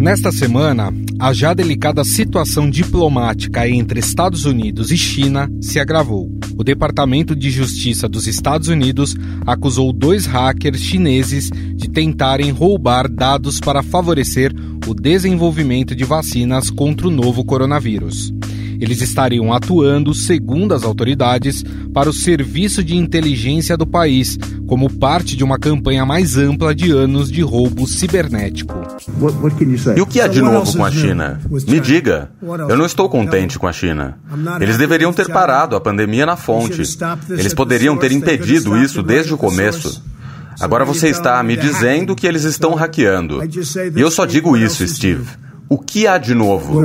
Nesta semana, a já delicada situação diplomática entre Estados Unidos e China se agravou. O Departamento de Justiça dos Estados Unidos acusou 2 hackers chineses de tentarem roubar dados para favorecer o desenvolvimento de vacinas contra o novo coronavírus. Eles estariam atuando, segundo as autoridades, para o serviço de inteligência do país, como parte de uma campanha mais ampla de anos de roubo cibernético. E o que há de novo com a China? Me diga. Eu não estou contente com a China. Eles deveriam ter parado a pandemia na fonte. Eles poderiam ter impedido isso desde o começo. Agora você está me dizendo que eles estão hackeando. E eu só digo isso, Steve. O que há de novo?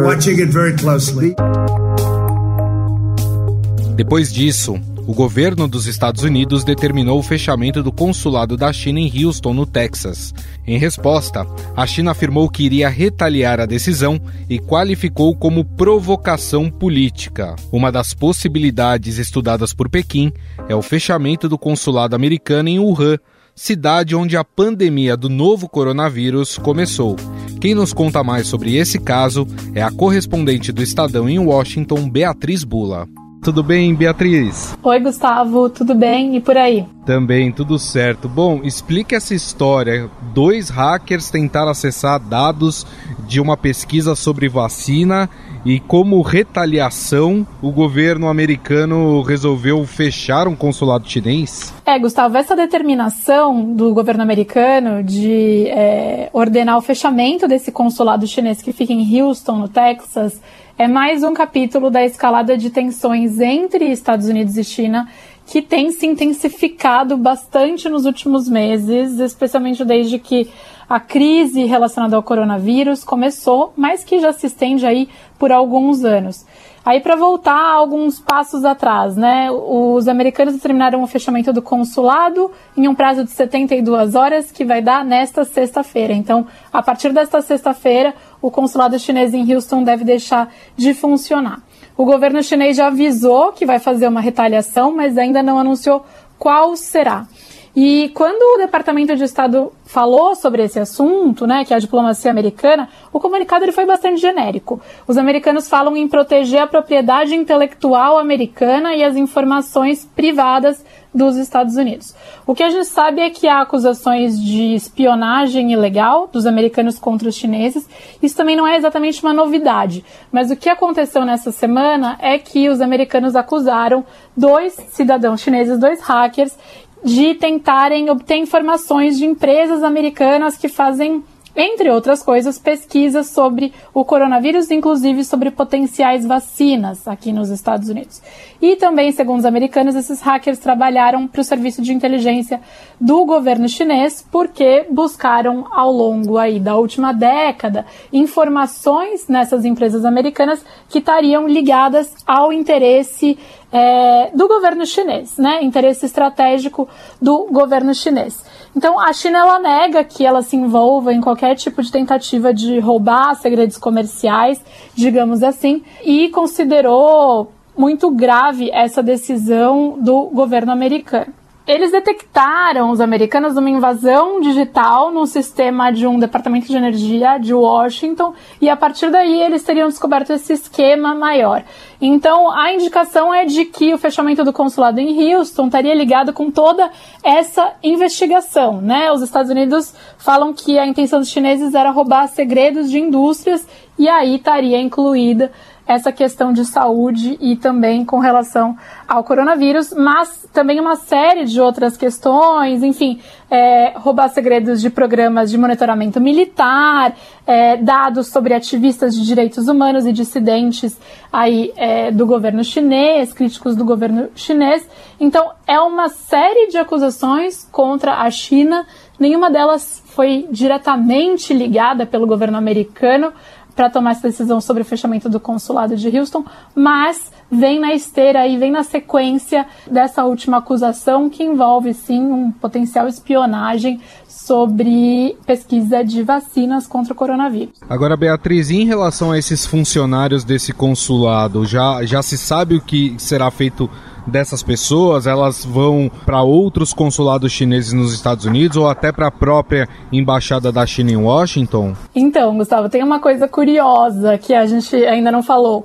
Depois disso, o governo dos Estados Unidos determinou o fechamento do consulado da China em Houston, no Texas. Em resposta, a China afirmou que iria retaliar a decisão e qualificou como provocação política. Uma das possibilidades estudadas por Pequim é o fechamento do consulado americano em Wuhan, cidade onde a pandemia do novo coronavírus começou. Quem nos conta mais sobre esse caso é a correspondente do Estadão em Washington, Beatriz Bula. Tudo bem, Beatriz? Oi, Gustavo, tudo bem? E por aí? Também, tudo certo. Bom, explique essa história. 2 hackers tentaram acessar dados de uma pesquisa sobre vacina e, como retaliação, o governo americano resolveu fechar um consulado chinês? Gustavo, essa determinação do governo americano de ordenar o fechamento desse consulado chinês que fica em Houston, no Texas, é mais um capítulo da escalada de tensões entre Estados Unidos e China, que tem se intensificado bastante nos últimos meses, especialmente desde que a crise relacionada ao coronavírus começou, mas que já se estende aí por alguns anos. Aí, para voltar alguns passos atrás, né, os americanos determinaram o fechamento do consulado em um prazo de 72 horas, que vai dar nesta sexta-feira. Então, a partir desta sexta-feira, o consulado chinês em Houston deve deixar de funcionar. O governo chinês já avisou que vai fazer uma retaliação, mas ainda não anunciou qual será. E quando o Departamento de Estado falou sobre esse assunto, né, que é a diplomacia americana, o comunicado ele foi bastante genérico. Os americanos falam em proteger a propriedade intelectual americana e as informações privadas dos Estados Unidos. O que a gente sabe é que há acusações de espionagem ilegal dos americanos contra os chineses. Isso também não é exatamente uma novidade, mas o que aconteceu nessa semana é que os americanos acusaram 2 cidadãos chineses, 2 hackers, de tentarem obter informações de empresas americanas que fazem, entre outras coisas, pesquisas sobre o coronavírus, inclusive sobre potenciais vacinas aqui nos Estados Unidos. E também, segundo os americanos, esses hackers trabalharam para o serviço de inteligência do governo chinês porque buscaram, ao longo aí da última década, informações nessas empresas americanas que estariam ligadas ao interesse do governo chinês, né? Interesse estratégico do governo chinês. Então, a China, ela nega que ela se envolva em qualquer tipo de tentativa de roubar segredos comerciais, digamos assim, e considerou muito grave essa decisão do governo americano. Eles detectaram, os americanos, uma invasão digital no sistema de um departamento de energia de Washington e, a partir daí, eles teriam descoberto esse esquema maior. Então, a indicação é de que o fechamento do consulado em Houston estaria ligado com toda essa investigação, né? Os Estados Unidos falam que a intenção dos chineses era roubar segredos de indústrias e aí estaria incluída essa questão de saúde e também com relação ao coronavírus, mas também uma série de outras questões, enfim, roubar segredos de programas de monitoramento militar, dados sobre ativistas de direitos humanos e dissidentes aí, do governo chinês, críticos do governo chinês. Então, é uma série de acusações contra a China, nenhuma delas foi diretamente ligada pelo governo americano para tomar essa decisão sobre o fechamento do consulado de Houston, mas vem na esteira e vem na sequência dessa última acusação que envolve, sim, um potencial espionagem sobre pesquisa de vacinas contra o coronavírus. Agora, Beatriz, em relação a esses funcionários desse consulado, já se sabe o que será feito dessas pessoas? Elas vão para outros consulados chineses nos Estados Unidos ou até para a própria embaixada da China em Washington? Então, Gustavo, tem uma coisa curiosa que a gente ainda não falou.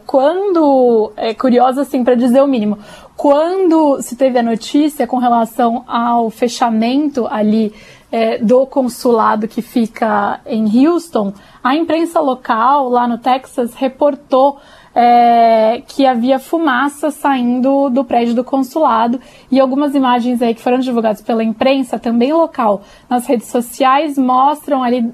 Curiosa assim, para dizer o mínimo, quando se teve a notícia com relação ao fechamento ali do consulado que fica em Houston, a imprensa local lá no Texas reportou que havia fumaça saindo do prédio do consulado, e algumas imagens aí que foram divulgadas pela imprensa, também local, nas redes sociais, mostram ali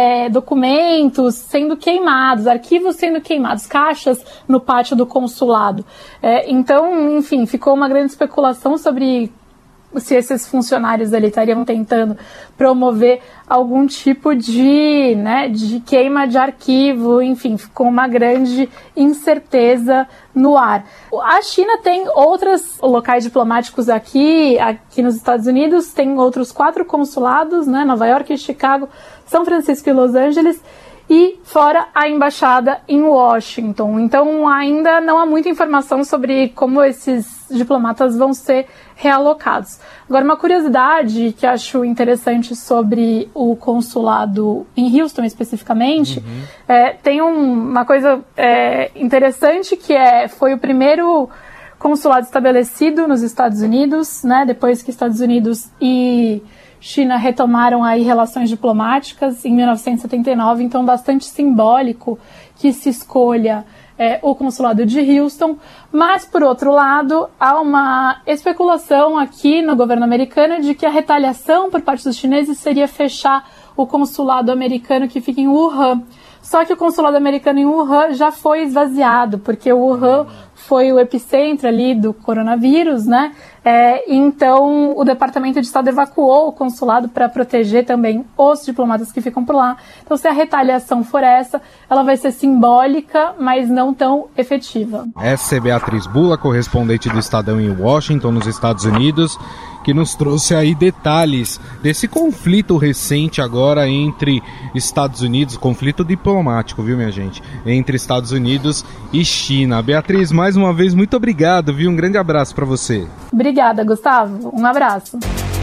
documentos sendo queimados, arquivos sendo queimados, caixas no pátio do consulado. Então, enfim, ficou uma grande especulação sobre se esses funcionários ali estariam tentando promover algum tipo de queima de arquivo, enfim, ficou uma grande incerteza no ar. A China tem outros locais diplomáticos aqui nos Estados Unidos, tem outros 4 consulados, né, Nova York, Chicago, São Francisco e Los Angeles, e fora a embaixada em Washington. Então ainda não há muita informação sobre como esses diplomatas vão ser realocados. Agora, uma curiosidade que acho interessante sobre o consulado em Houston especificamente, tem uma coisa interessante que foi o primeiro consulado estabelecido nos Estados Unidos, né, depois que Estados Unidos e China retomaram aí relações diplomáticas em 1979, então bastante simbólico que se escolha o consulado de Houston, mas por outro lado há uma especulação aqui no governo americano de que a retaliação por parte dos chineses seria fechar o consulado americano que fica em Wuhan. Só que o consulado americano em Wuhan já foi esvaziado, porque o Wuhan foi o epicentro ali do coronavírus, né? Então, o Departamento de Estado evacuou o consulado para proteger também os diplomatas que ficam por lá. Então, se a retaliação for essa, ela vai ser simbólica, mas não tão efetiva. Essa é Beatriz Bula, correspondente do Estadão em Washington, nos Estados Unidos, que nos trouxe aí detalhes desse conflito recente agora entre Estados Unidos, conflito diplomático, viu, minha gente? Entre Estados Unidos e China. Beatriz, mais uma vez, muito obrigado, viu? Um grande abraço para você. Obrigada, Gustavo. Um abraço.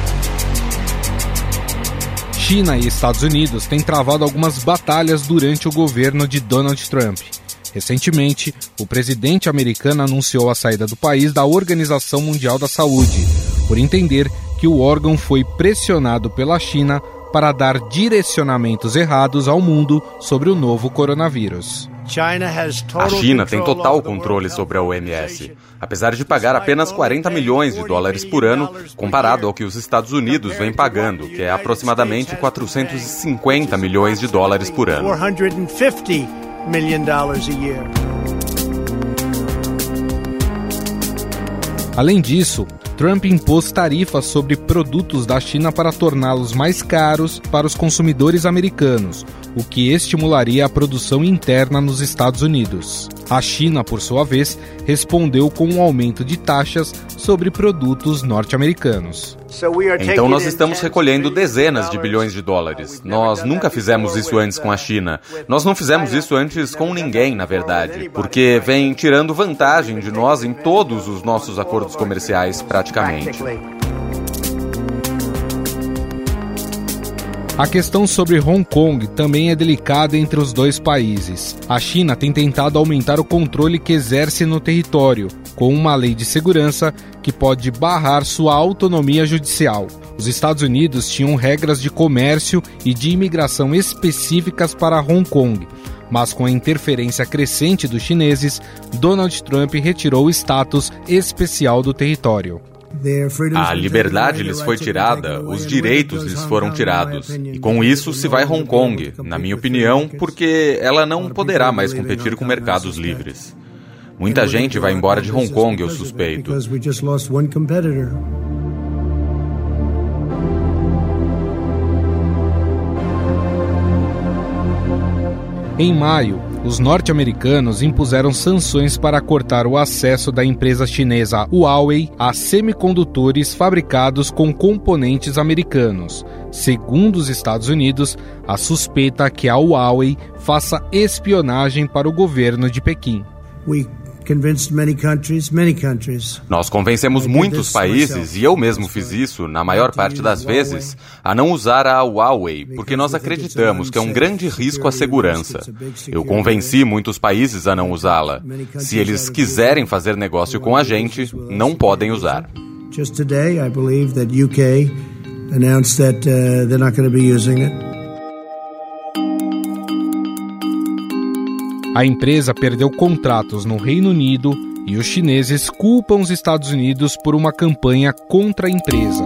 China e Estados Unidos têm travado algumas batalhas durante o governo de Donald Trump. Recentemente, o presidente americano anunciou a saída do país da Organização Mundial da Saúde, por entender que o órgão foi pressionado pela China para dar direcionamentos errados ao mundo sobre o novo coronavírus. A China tem total controle sobre a OMS, apesar de pagar apenas 40 milhões de dólares por ano, comparado ao que os Estados Unidos vêm pagando, que é aproximadamente 450 milhões de dólares por ano. Além disso, Trump impôs tarifas sobre produtos da China para torná-los mais caros para os consumidores americanos, o que estimularia a produção interna nos Estados Unidos. A China, por sua vez, respondeu com um aumento de taxas sobre produtos norte-americanos. Então nós estamos recolhendo dezenas de bilhões de dólares. Nós nunca fizemos isso antes com a China. Nós não fizemos isso antes com ninguém, na verdade, porque vem tirando vantagem de nós em todos os nossos acordos comerciais, praticamente. A questão sobre Hong Kong também é delicada entre os dois países. A China tem tentado aumentar o controle que exerce no território, com uma lei de segurança que pode barrar sua autonomia judicial. Os Estados Unidos tinham regras de comércio e de imigração específicas para Hong Kong, mas com a interferência crescente dos chineses, Donald Trump retirou o status especial do território. A liberdade lhes foi tirada, os direitos lhes foram tirados. E com isso se vai Hong Kong, na minha opinião, porque ela não poderá mais competir com mercados livres. Muita gente vai embora de Hong Kong, eu suspeito. Em maio, os norte-americanos impuseram sanções para cortar o acesso da empresa chinesa Huawei a semicondutores fabricados com componentes americanos. Segundo os Estados Unidos, a suspeita é que a Huawei faça espionagem para o governo de Pequim. Nós convencemos muitos países, e eu mesmo fiz isso, na maior parte das vezes, a não usar a Huawei, porque nós acreditamos que é um grande risco à segurança. Eu convenci muitos países a não usá-la. Se eles quiserem fazer negócio com a gente, não podem usar. Just today, I believe that UK announced that they're not going to be using it. A empresa perdeu contratos no Reino Unido e os chineses culpam os Estados Unidos por uma campanha contra a empresa.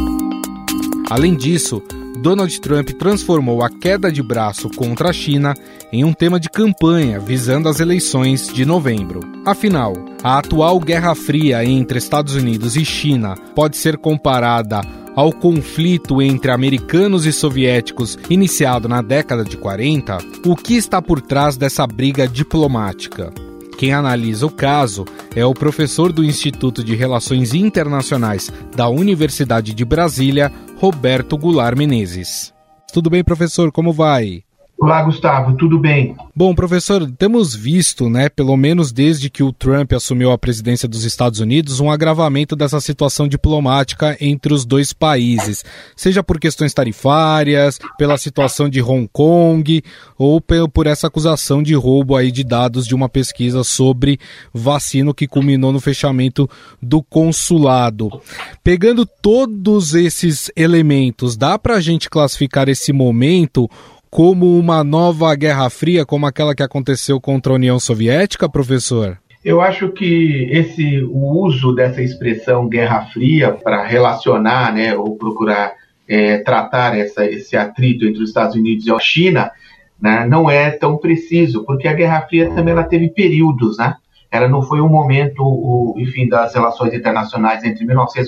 Além disso, Donald Trump transformou a queda de braço contra a China em um tema de campanha visando as eleições de novembro. Afinal, a atual Guerra Fria entre Estados Unidos e China pode ser comparada ao conflito entre americanos e soviéticos iniciado na década de 40, o que está por trás dessa briga diplomática? Quem analisa o caso é o professor do Instituto de Relações Internacionais da Universidade de Brasília, Roberto Goulart Menezes. Tudo bem, professor? Como vai? Olá, Gustavo, tudo bem? Bom, professor, temos visto, pelo menos desde que o Trump assumiu a presidência dos Estados Unidos, um agravamento dessa situação diplomática entre os dois países, seja por questões tarifárias, pela situação de Hong Kong, ou por essa acusação de roubo aí de dados de uma pesquisa sobre vacina que culminou no fechamento do consulado. Pegando todos esses elementos, dá pra gente classificar esse momento como uma nova Guerra Fria, como aquela que aconteceu contra a União Soviética, professor? Eu acho que o uso dessa expressão Guerra Fria para relacionar, ou procurar tratar esse atrito entre os Estados Unidos e a China, não é tão preciso, porque a Guerra Fria também ela teve períodos, Ela não foi um momento, das relações internacionais entre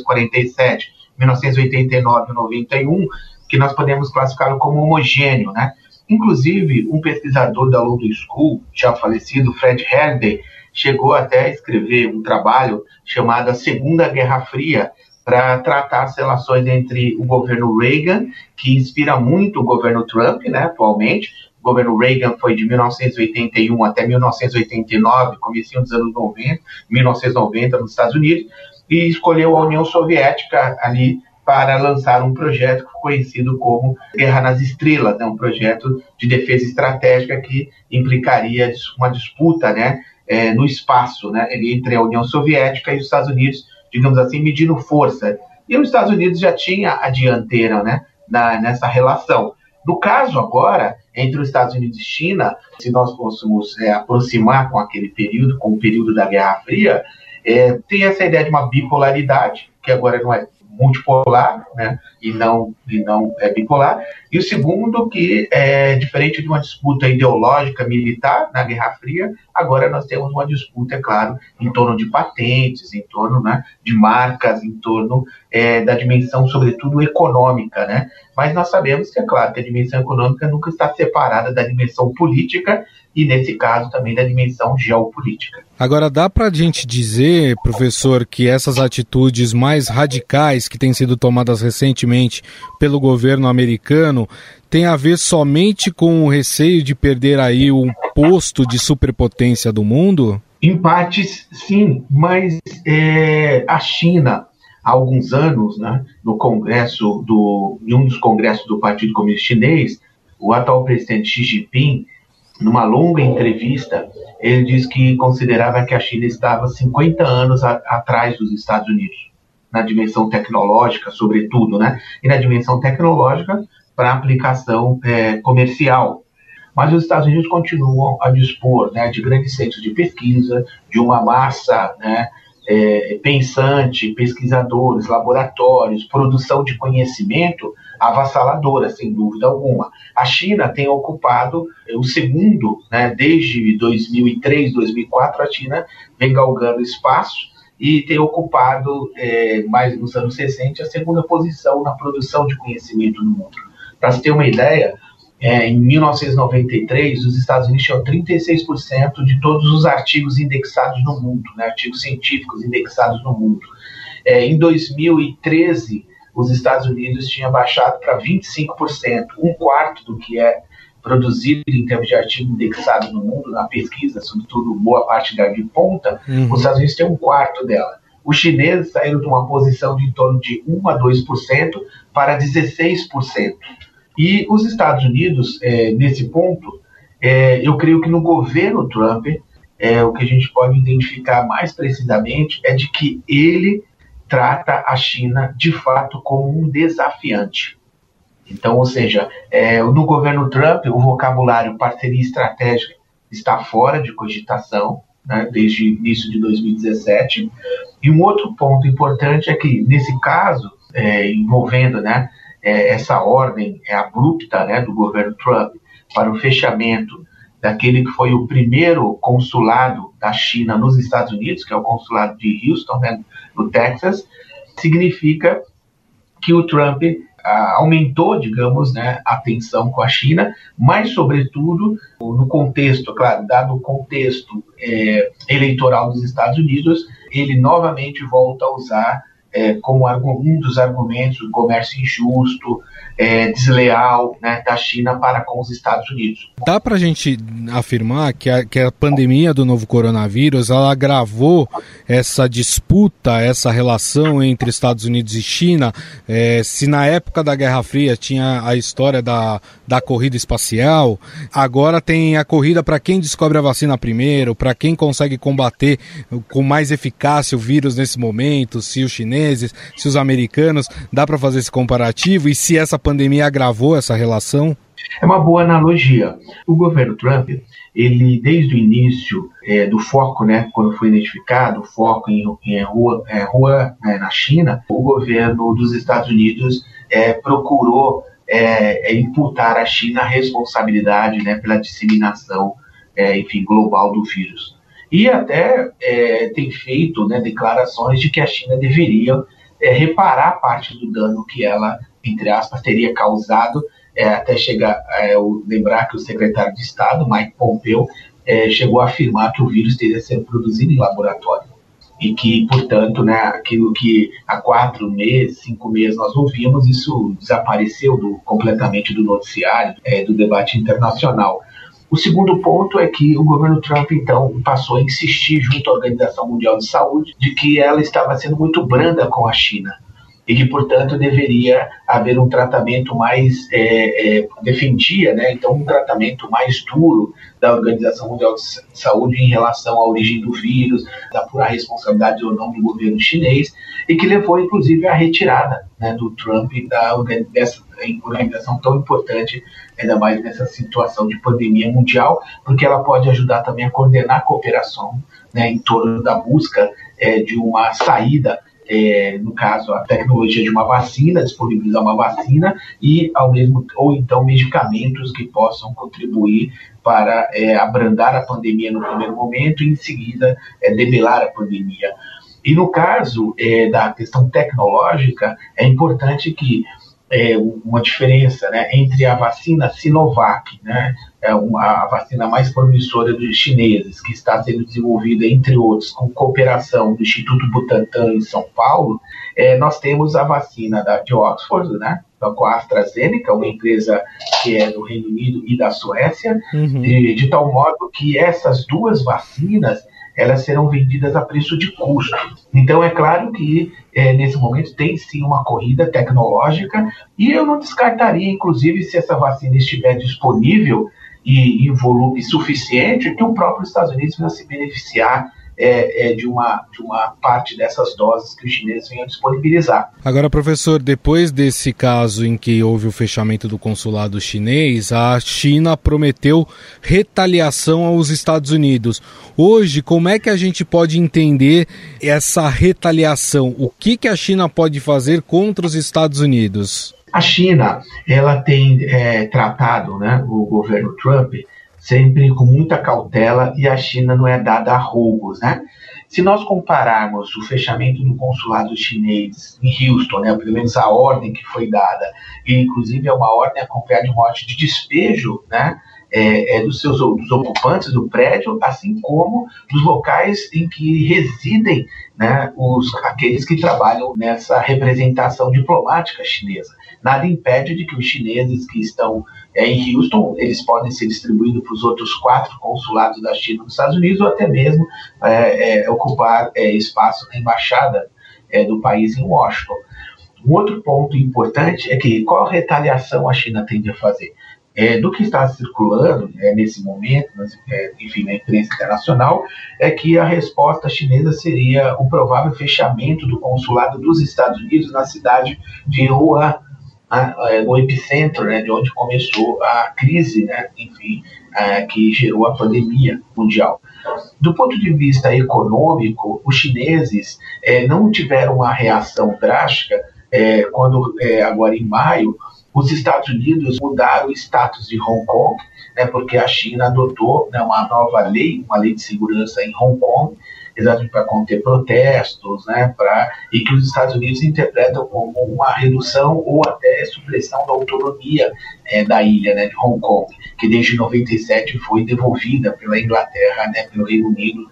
1947, 1989 e 91, que nós podemos classificá-lo como homogêneo, Inclusive, um pesquisador da London School, já falecido, Fred Halliday, chegou até a escrever um trabalho chamado A Segunda Guerra Fria, para tratar as relações entre o governo Reagan, que inspira muito o governo Trump, atualmente. O governo Reagan foi de 1981 até 1989, comecinho dos anos 90, 1990 nos Estados Unidos, e escolheu a União Soviética ali para lançar um projeto conhecido como Guerra nas Estrelas, um projeto de defesa estratégica que implicaria uma disputa no espaço entre a União Soviética e os Estados Unidos, digamos assim, medindo força. E os Estados Unidos já tinha a dianteira nessa relação. No caso agora, entre os Estados Unidos e China, se nós fôssemos aproximar com aquele período, com o período da Guerra Fria, tem essa ideia de uma bipolaridade, que agora não é multipolar, e não é bipolar. E o segundo, que é diferente de uma disputa ideológica militar na Guerra Fria, agora nós temos uma disputa, é claro, em torno de patentes, em torno de marcas, em torno da dimensão, sobretudo, econômica, Mas nós sabemos que, é claro, que a dimensão econômica nunca está separada da dimensão política e, nesse caso, também da dimensão geopolítica. Agora, dá para a gente dizer, professor, que essas atitudes mais radicais que têm sido tomadas recentemente pelo governo americano têm a ver somente com o receio de perder aí um posto de superpotência do mundo? Em partes, sim, mas a China, há alguns anos, no congresso em um dos congressos do Partido Comunista Chinês, o atual presidente Xi Jinping, numa longa entrevista, ele disse que considerava que a China estava 50 anos atrás dos Estados Unidos, na dimensão tecnológica, sobretudo, e na dimensão tecnológica para aplicação comercial. Mas os Estados Unidos continuam a dispor de grandes centros de pesquisa, de uma massa pensante, pesquisadores, laboratórios, produção de conhecimento avassaladora, sem dúvida alguma. A China tem ocupado o segundo, desde 2003, 2004, a China vem galgando espaço e tem ocupado, mais nos anos recentes, a segunda posição na produção de conhecimento no mundo. Para se ter uma ideia, em 1993, os Estados Unidos tinham 36% de todos os artigos indexados no mundo, né, artigos científicos indexados no mundo. Em 2013, os Estados Unidos tinham baixado para 25%, um quarto do que é produzido em termos de artigo indexado no mundo, na pesquisa, sobretudo boa parte da de ponta, os Estados Unidos têm um quarto dela. Os chineses saíram de uma posição de em torno de 1 a 2% para 16%. E os Estados Unidos, nesse ponto, eu creio que no governo Trump, o que a gente pode identificar mais precisamente é de que ele trata a China, de fato, como um desafiante. Então, ou seja, no governo Trump, o vocabulário parceria estratégica está fora de cogitação, né, desde o início de 2017. E um outro ponto importante é que, nesse caso, envolvendo, né, essa ordem abrupta, né, do governo Trump para o fechamento daquele que foi o primeiro consulado da China nos Estados Unidos, que é o consulado de Houston, né, no Texas, significa que o Trump aumentou, digamos, né, a tensão com a China, mas, sobretudo, no contexto, claro, dado o contexto eleitoral dos Estados Unidos, ele novamente volta a usar como um dos argumentos o comércio injusto, desleal, né, da China para com os Estados Unidos. Dá para a gente afirmar que a pandemia do novo coronavírus ela agravou essa disputa, essa relação entre Estados Unidos e China? Se na época da Guerra Fria tinha a história da corrida espacial, agora tem a corrida para quem descobre a vacina primeiro, para quem consegue combater com mais eficácia o vírus nesse momento, se os chineses, se os americanos, dá para fazer esse comparativo? E se essa pandemia agravou essa relação? É uma boa analogia. O governo Trump, ele desde o início do foco, né, quando foi identificado, o foco em Wuhan, né, na China, o governo dos Estados Unidos procurou imputar à China a responsabilidade, né, pela disseminação, global do vírus. E até tem feito, né, declarações de que a China deveria reparar parte do dano que ela, entre aspas, teria causado, até chegar lembrar que o secretário de Estado, Mike Pompeo, chegou a afirmar que o vírus teria sido produzido em laboratório e que, portanto, né, aquilo que há 4 meses, 5 meses nós ouvimos, isso desapareceu completamente do noticiário, do debate internacional. O segundo ponto é que o governo Trump, então, passou a insistir junto à Organização Mundial de Saúde de que ela estava sendo muito branda com a China e que, portanto, deveria haver um tratamento mais, defendia, né, então, um tratamento mais duro da Organização Mundial de Saúde em relação à origem do vírus, da pura responsabilidade ou não do governo chinês, e que levou, inclusive, à retirada, né, do Trump dessa organização tão importante, ainda mais nessa situação de pandemia mundial, porque ela pode ajudar também a coordenar a cooperação, né, em torno da busca de uma saída, no caso, a tecnologia de uma vacina, disponibilizar uma vacina ou então medicamentos que possam contribuir para abrandar a pandemia no primeiro momento e, em seguida, debelar a pandemia. E no caso da questão tecnológica, é importante que uma diferença, né, entre a vacina Sinovac, né, a vacina mais promissora dos chineses, que está sendo desenvolvida, entre outros, com cooperação do Instituto Butantan em São Paulo, nós temos a vacina de Oxford, né, com a AstraZeneca, uma empresa que é do Reino Unido e da Suécia, de tal modo que essas duas vacinas elas serão vendidas a preço de custo. Então, é claro que, nesse momento, tem sim uma corrida tecnológica, e eu não descartaria, inclusive, se essa vacina estiver disponível e em volume suficiente, que o próprio Estados Unidos venha se beneficiar de uma parte dessas doses que os chineses venham disponibilizar. Agora, professor, depois desse caso em que houve o fechamento do consulado chinês, a China prometeu retaliação aos Estados Unidos. Hoje, como é que a gente pode entender essa retaliação? O que a China pode fazer contra os Estados Unidos? A China, ela tem tratado, né, o governo Trump sempre com muita cautela, e a China não é dada a roubos, né? Se nós compararmos o fechamento do consulado chinês em Houston, né, pelo menos a ordem que foi dada, e inclusive é uma ordem acompanhada de uma ordem de despejo, né, dos ocupantes do prédio, assim como dos locais em que residem, né, aqueles que trabalham nessa representação diplomática chinesa. Nada impede de que os chineses que estão em Houston, eles podem ser distribuídos para os outros 4 consulados da China nos Estados Unidos, ou até mesmo ocupar espaço na embaixada do país em Washington. Um outro ponto importante é que qual retaliação a China tende a fazer? Do que está circulando nesse momento, enfim, na imprensa internacional, é que a resposta chinesa seria o provável fechamento do consulado dos Estados Unidos na cidade de Wuhan, no epicentro, né, de onde começou a crise, né, enfim, que gerou a pandemia mundial. Do ponto de vista econômico, os chineses não tiveram uma reação drástica quando, agora em maio, os Estados Unidos mudaram o status de Hong Kong, né, porque a China adotou, né, uma nova lei, uma lei de segurança em Hong Kong, exatamente para conter protestos, né, e que os Estados Unidos interpretam como uma redução ou até supressão da autonomia da ilha, né, de Hong Kong, que desde 97 foi devolvida pela Inglaterra, né, pelo Reino Unido,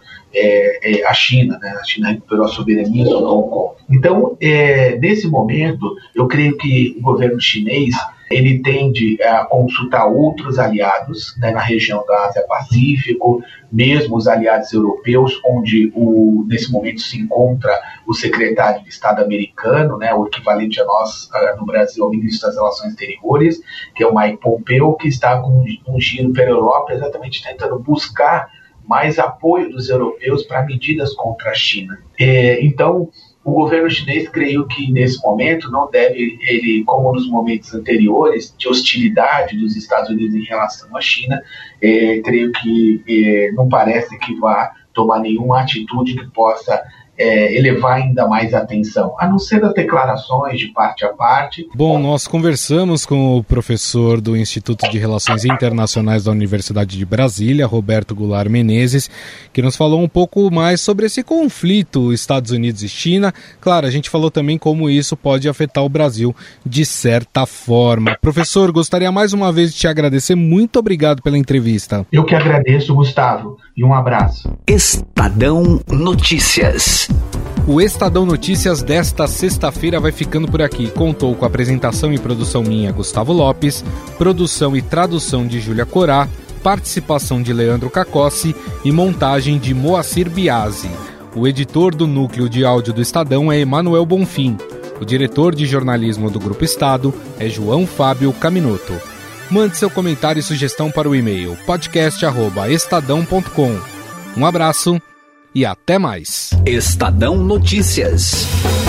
a China, né, a China recuperou a soberania sobre Hong Kong. Então, nesse momento, eu creio que o governo chinês ele tende a consultar outros aliados, né, na região da Ásia-Pacífico, mesmo os aliados europeus, onde nesse momento se encontra o secretário de Estado americano, né, o equivalente a nós no Brasil, o ministro das Relações Exteriores, que é o Mike Pompeo, que está com um giro pela Europa, exatamente tentando buscar mais apoio dos europeus para medidas contra a China. Então, o governo chinês, creio que nesse momento não deve, como nos momentos anteriores, de hostilidade dos Estados Unidos em relação à China, creio que não parece que vá tomar nenhuma atitude que possa elevar ainda mais a atenção, a não ser das declarações de parte a parte. Bom, nós conversamos com o professor do Instituto de Relações Internacionais da Universidade de Brasília, Roberto Goulart Menezes, que nos falou um pouco mais sobre esse conflito Estados Unidos e China. Claro, a gente falou também como isso pode afetar o Brasil de certa forma. Professor, gostaria mais uma vez de te agradecer. Muito obrigado pela entrevista. Eu que agradeço, Gustavo, e um abraço. Estadão Notícias. O Estadão Notícias desta sexta-feira vai ficando por aqui. Contou com a apresentação e produção minha, Gustavo Lopes, produção e tradução de Júlia Corá, participação de Leandro Cacossi e montagem de Moacir Biasi. O editor do núcleo de áudio do Estadão é Emanuel Bonfim. O diretor de jornalismo do Grupo Estado é João Fábio Caminoto. Mande seu comentário e sugestão para o e-mail podcast@estadão.com. Um abraço e até mais. Estadão Notícias.